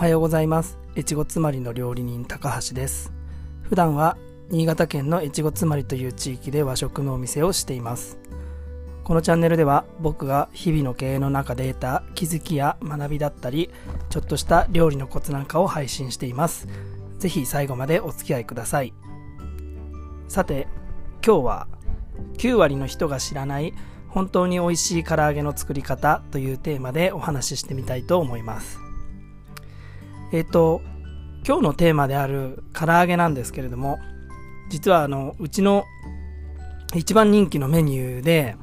はようございます。越後妻有の料理人高橋です。普段は新潟県の越後妻有という地域で和食のお店をしています。このチャンネルでは僕が日々の経営の中で得た気づきや学びだったり、ちょっとした料理のコツなんかを配信しています。ぜひ最後までお付き合いください。さて、今日は9割の人が知らない本当に美味しい唐揚げの作り方というテーマでお話ししてみたいと思います。今日のテーマである唐揚げなんですけれども、実はうちの一番人気のメニューで、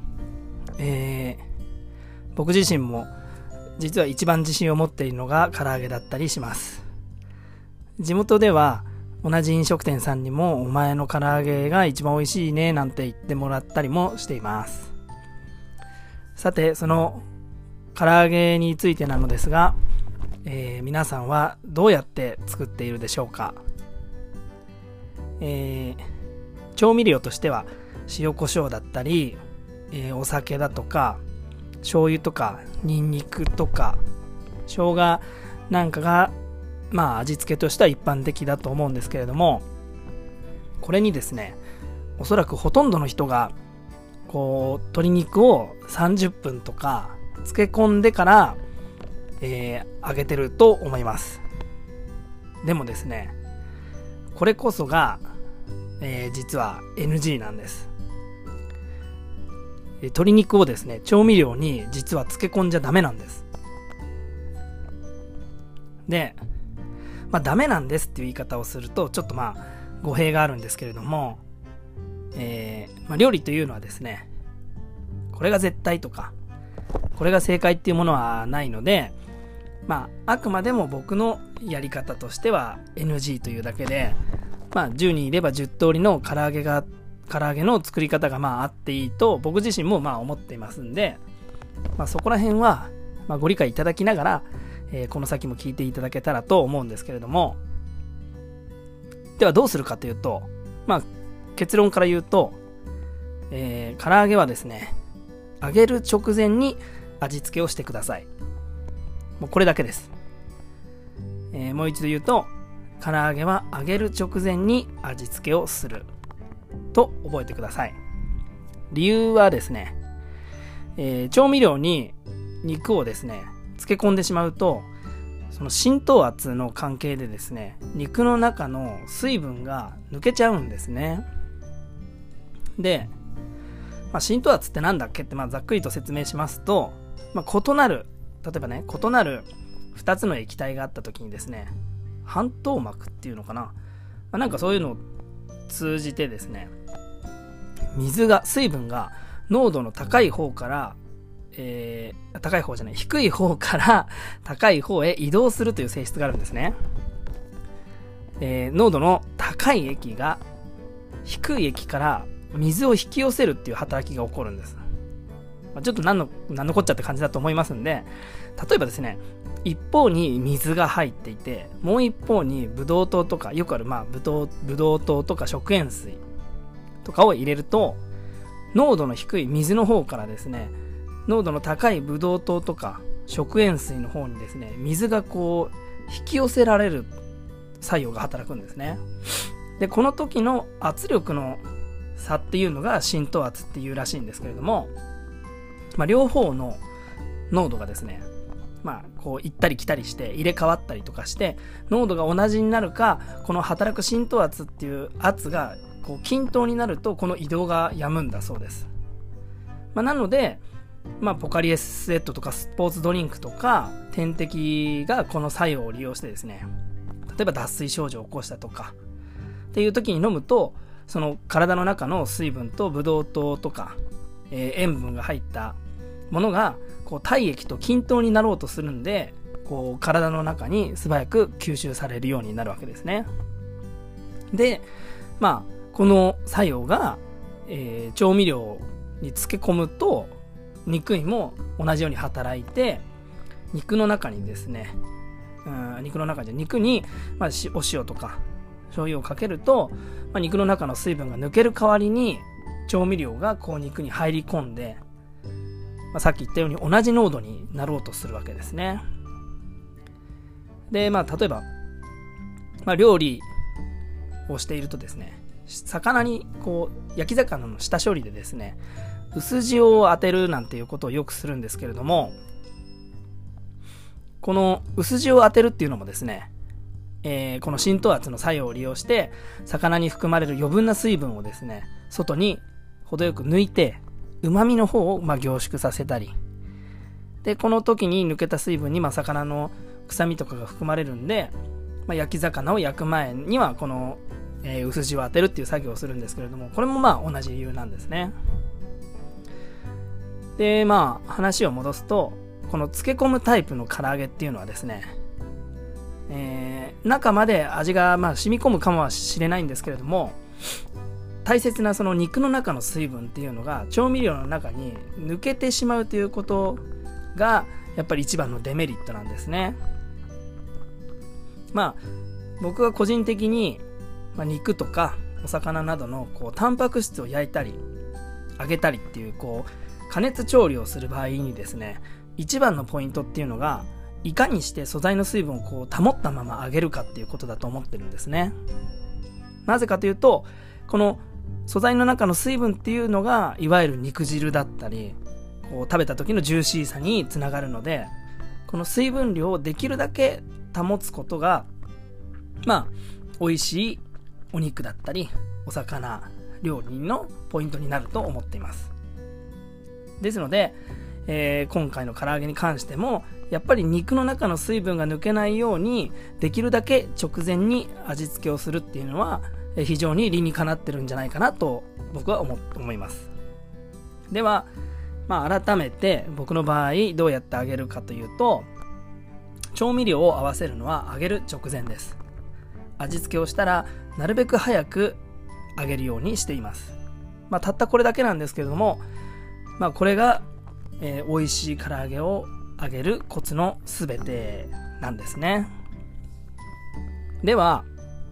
僕自身も実は一番自信を持っているのが唐揚げだったりします。地元では同じ飲食店さんにもお前の唐揚げが一番美味しいねなんて言ってもらったりもしています。さて、その唐揚げについてなのですが、皆さんはどうやって作っているでしょうか。調味料としては塩コショウだったり、お酒だとか醤油とかニンニクとか生姜なんかが味付けとしては一般的だと思うんですけれども、これにですね、おそらくほとんどの人が鶏肉を30分とか漬け込んでから揚げてると思います。でもですね、これこそが、実は NG なんです。鶏肉をですね、調味料に実は漬け込んじゃダメなんです。で、ダメなんですっていう言い方をするとちょっと語弊があるんですけれども、料理というのはですね、これが絶対とかこれが正解っていうものはないので、あくまでも僕のやり方としては NG というだけで、10人いれば10通りの唐揚げの作り方があっていいと僕自身も思っていますんで、そこら辺はご理解いただきながら、この先も聞いていただけたらと思うんですけれども、ではどうするかというと、結論から言うと、唐揚げはですね、揚げる直前に味付けをしてください。もうこれだけです。もう一度言うと、唐揚げは揚げる直前に味付けをすると覚えてください。理由はですね、調味料に肉をですね漬け込んでしまうと、その浸透圧の関係でですね、肉の中の水分が抜けちゃうんですね。で、浸透圧ってなんだっけってざっくりと説明しますと、異なる2つの液体があった時にですね、半透膜っていうのかな、なんかそういうのを通じてですね、水分が濃度の低い方から低い方から高い方へ移動するという性質があるんですね。濃度の高い液が低い液から水を引き寄せるっていう働きが起こるんです。ちょっと何のこっちゃって感じだと思いますんで、例えばですね、一方に水が入っていて、もう一方にブドウ糖とか、よくあるブドウ糖とか食塩水とかを入れると、濃度の低い水の方からですね、濃度の高いブドウ糖とか食塩水の方にですね、水が引き寄せられる作用が働くんですね。で、この時の圧力の差っていうのが浸透圧っていうらしいんですけれども、両方の濃度がですね、行ったり来たりして入れ替わったりとかして濃度が同じになるか、この働く浸透圧っていう圧が均等になるとこの移動が止むんだそうです。なので、ポカリエスエットとかスポーツドリンクとか点滴がこの作用を利用してですね、例えば脱水症状を起こしたとかっていう時に飲むと、その体の中の水分とブドウ糖とか、塩分が入ったものが体液と均等になろうとするんで、体の中に素早く吸収されるようになるわけですね。で、この作用が、調味料に漬け込むと肉にも同じように働いて、肉にお塩とか醤油をかけると、肉の中の水分が抜ける代わりに調味料が肉に入り込んで、さっき言ったように同じ濃度になろうとするわけですね。 で、例えば、料理をしているとですね、魚に焼き魚の下処理でですね、薄塩を当てるなんていうことをよくするんですけれども、この薄塩を当てるっていうのもですね、この浸透圧の作用を利用して魚に含まれる余分な水分をですね、外に程よく抜いて旨味の方を凝縮させたり、でこの時に抜けた水分に魚の臭みとかが含まれるんで、焼き魚を焼く前にはこの、薄塩を当てるっていう作業をするんですけれども、これも同じ理由なんですね。で話を戻すと、この漬け込むタイプの唐揚げっていうのはですね、中まで味が染み込むかもしれないんですけれども、大切なその肉の中の水分っていうのが調味料の中に抜けてしまうということがやっぱり一番のデメリットなんですね。僕は個人的に、肉とかお魚などのタンパク質を焼いたり揚げたりっていう加熱調理をする場合にですね、一番のポイントっていうのが、いかにして素材の水分を保ったまま揚げるかっていうことだと思ってるんですね。なぜかというと、この素材の中の水分っていうのがいわゆる肉汁だったり食べた時のジューシーさにつながるので、この水分量をできるだけ保つことが美味しいお肉だったりお魚料理のポイントになると思っています。ですので、今回の唐揚げに関してもやっぱり肉の中の水分が抜けないようにできるだけ直前に味付けをするっていうのは非常に理にかなってるんじゃないかなと僕は思います。では、改めて僕の場合どうやって揚げるかというと、調味料を合わせるのは揚げる直前です。味付けをしたらなるべく早く揚げるようにしています。たったこれだけなんですけれども、これが、美味しい唐揚げを揚げるコツのすべてなんですね。では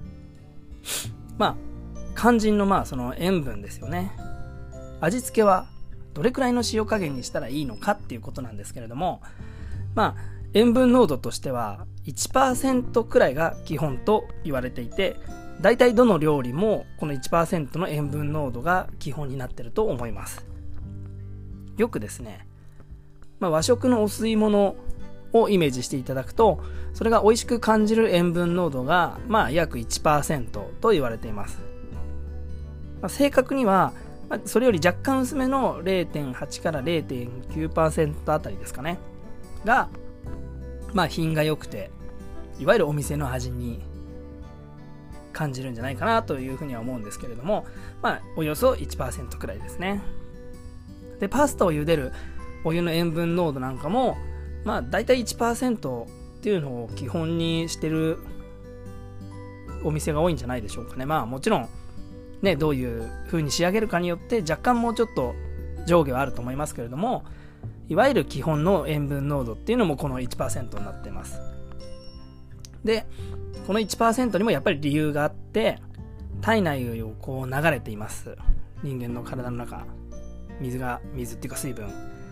肝心のその塩分ですよね。味付けはどれくらいの塩加減にしたらいいのかっていうことなんですけれども、塩分濃度としては 1% くらいが基本と言われていて、だいたいどの料理もこの 1% の塩分濃度が基本になっていると思います。よくですね、和食のお吸い物をイメージしていただくと、それが美味しく感じる塩分濃度が約 1% と言われています。正確にはそれより若干薄めの 0.8 から 0.9% あたりですかねが品が良くて、いわゆるお店の味に感じるんじゃないかなというふうには思うんですけれども、およそ 1% くらいですね。でパスタを茹でるお湯の塩分濃度なんかもだいたい 1% っていうのを基本にしてるお店が多いんじゃないでしょうかね。もちろんね、どういう風に仕上げるかによって若干もうちょっと上下はあると思いますけれども、いわゆる基本の塩分濃度っていうのもこの 1% になっています。でこの 1% にもやっぱり理由があって、体内を流れています。人間の体の中、水っていうか水分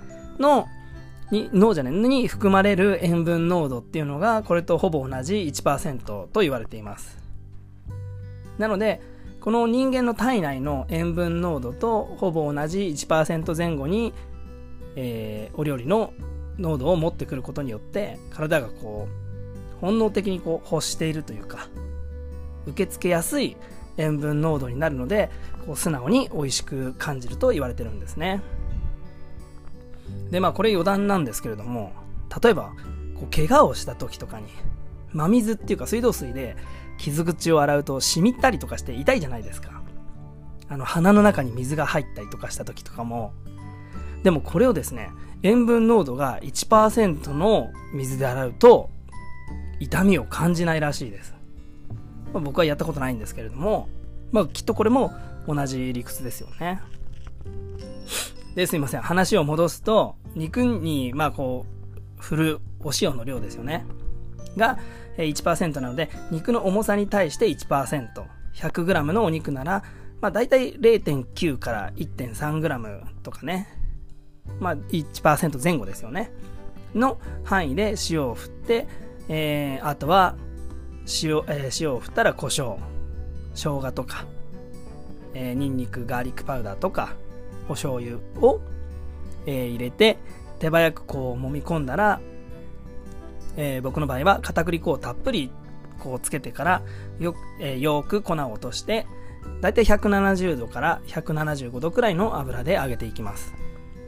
に含まれる塩分濃度っていうのがこれとほぼ同じ 1% と言われています。なのでこの人間の体内の塩分濃度とほぼ同じ 1% 前後に、お料理の濃度を持ってくることによって、体が本能的に欲しているというか、受け付けやすい塩分濃度になるので、素直に美味しく感じると言われてるんですね。でこれ余談なんですけれども、例えば怪我をした時とかに真水っていうか水道水で傷口を洗うと染みったりとかして痛いじゃないですか。鼻の中に水が入ったりとかした時とかも。でもこれをですね、塩分濃度が 1% の水で洗うと痛みを感じないらしいです。僕はやったことないんですけれども、きっとこれも同じ理屈ですよね。ですいません、話を戻すと、肉に振るお塩の量ですよねが 1% なので、肉の重さに対して 1%、100g のお肉ならだいたい 0.9 から 1.3g とかね、1% 前後ですよねの範囲で塩を振って、 あとは塩を振ったら胡椒、生姜とか、ニンニク、ガーリックパウダーとかお醤油を、入れて手早くこう揉み込んだら、僕の場合は片栗粉をたっぷりこうつけてからよく粉を落としてだいたい170度から175度くらいの油で揚げていきます。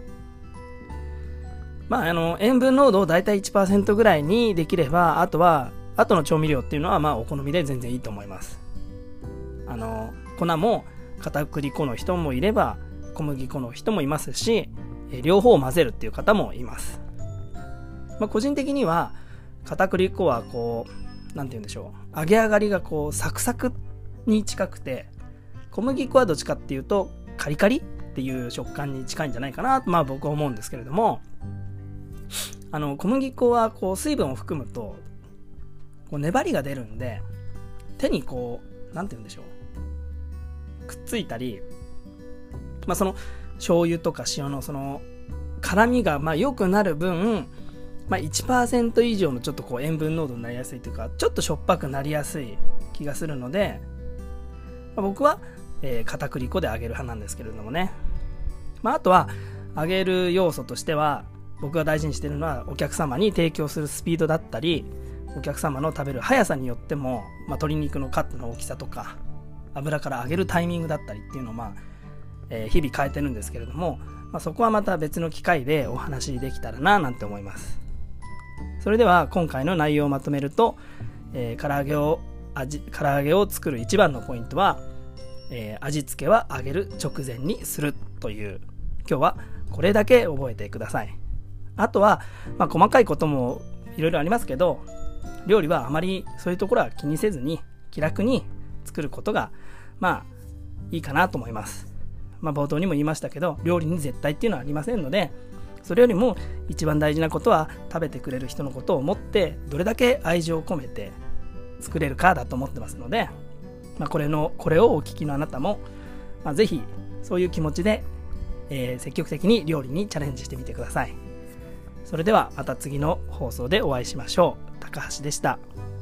塩分濃度をだいたい 1% ぐらいにできれば、あとの調味料っていうのはお好みで全然いいと思います。粉も片栗粉の人もいれば小麦粉の人もいますし、両方混ぜるっていう方もいます。個人的には片栗粉はこうなんて言うんでしょう、揚げ上がりがこうサクサクに近くて、小麦粉はどっちかっていうとカリカリっていう食感に近いんじゃないかなと僕は思うんですけれども、小麦粉はこう水分を含むとこう粘りが出るんで、手にこうなんて言うんでしょう、くっついたり、その醤油とか塩のその辛みが良くなる分、1% 以上のちょっとこう塩分濃度になりやすいというか、ちょっとしょっぱくなりやすい気がするので、僕は、片栗粉で揚げる派なんですけれどもね。あとは揚げる要素としては僕が大事にしているのは、お客様に提供するスピードだったり、お客様の食べる速さによっても、鶏肉のカットの大きさとか油から揚げるタイミングだったりっていうのを日々変えてるんですけれども、そこはまた別の機会でお話できたらななんて思います。それでは今回の内容をまとめると、唐揚げを作る一番のポイントは、味付けは揚げる直前にするという、今日はこれだけ覚えてください。あとは、細かいこともいろいろありますけど、料理はあまりそういうところは気にせずに気楽に作ることがいいかなと思います。冒頭にも言いましたけど、料理に絶対っていうのはありませんので、それよりも一番大事なことは食べてくれる人のことを思ってどれだけ愛情を込めて作れるかだと思ってますので、これをお聞きのあなたも、ぜひそういう気持ちで、積極的に料理にチャレンジしてみてください。それではまた次の放送でお会いしましょう。高橋でした。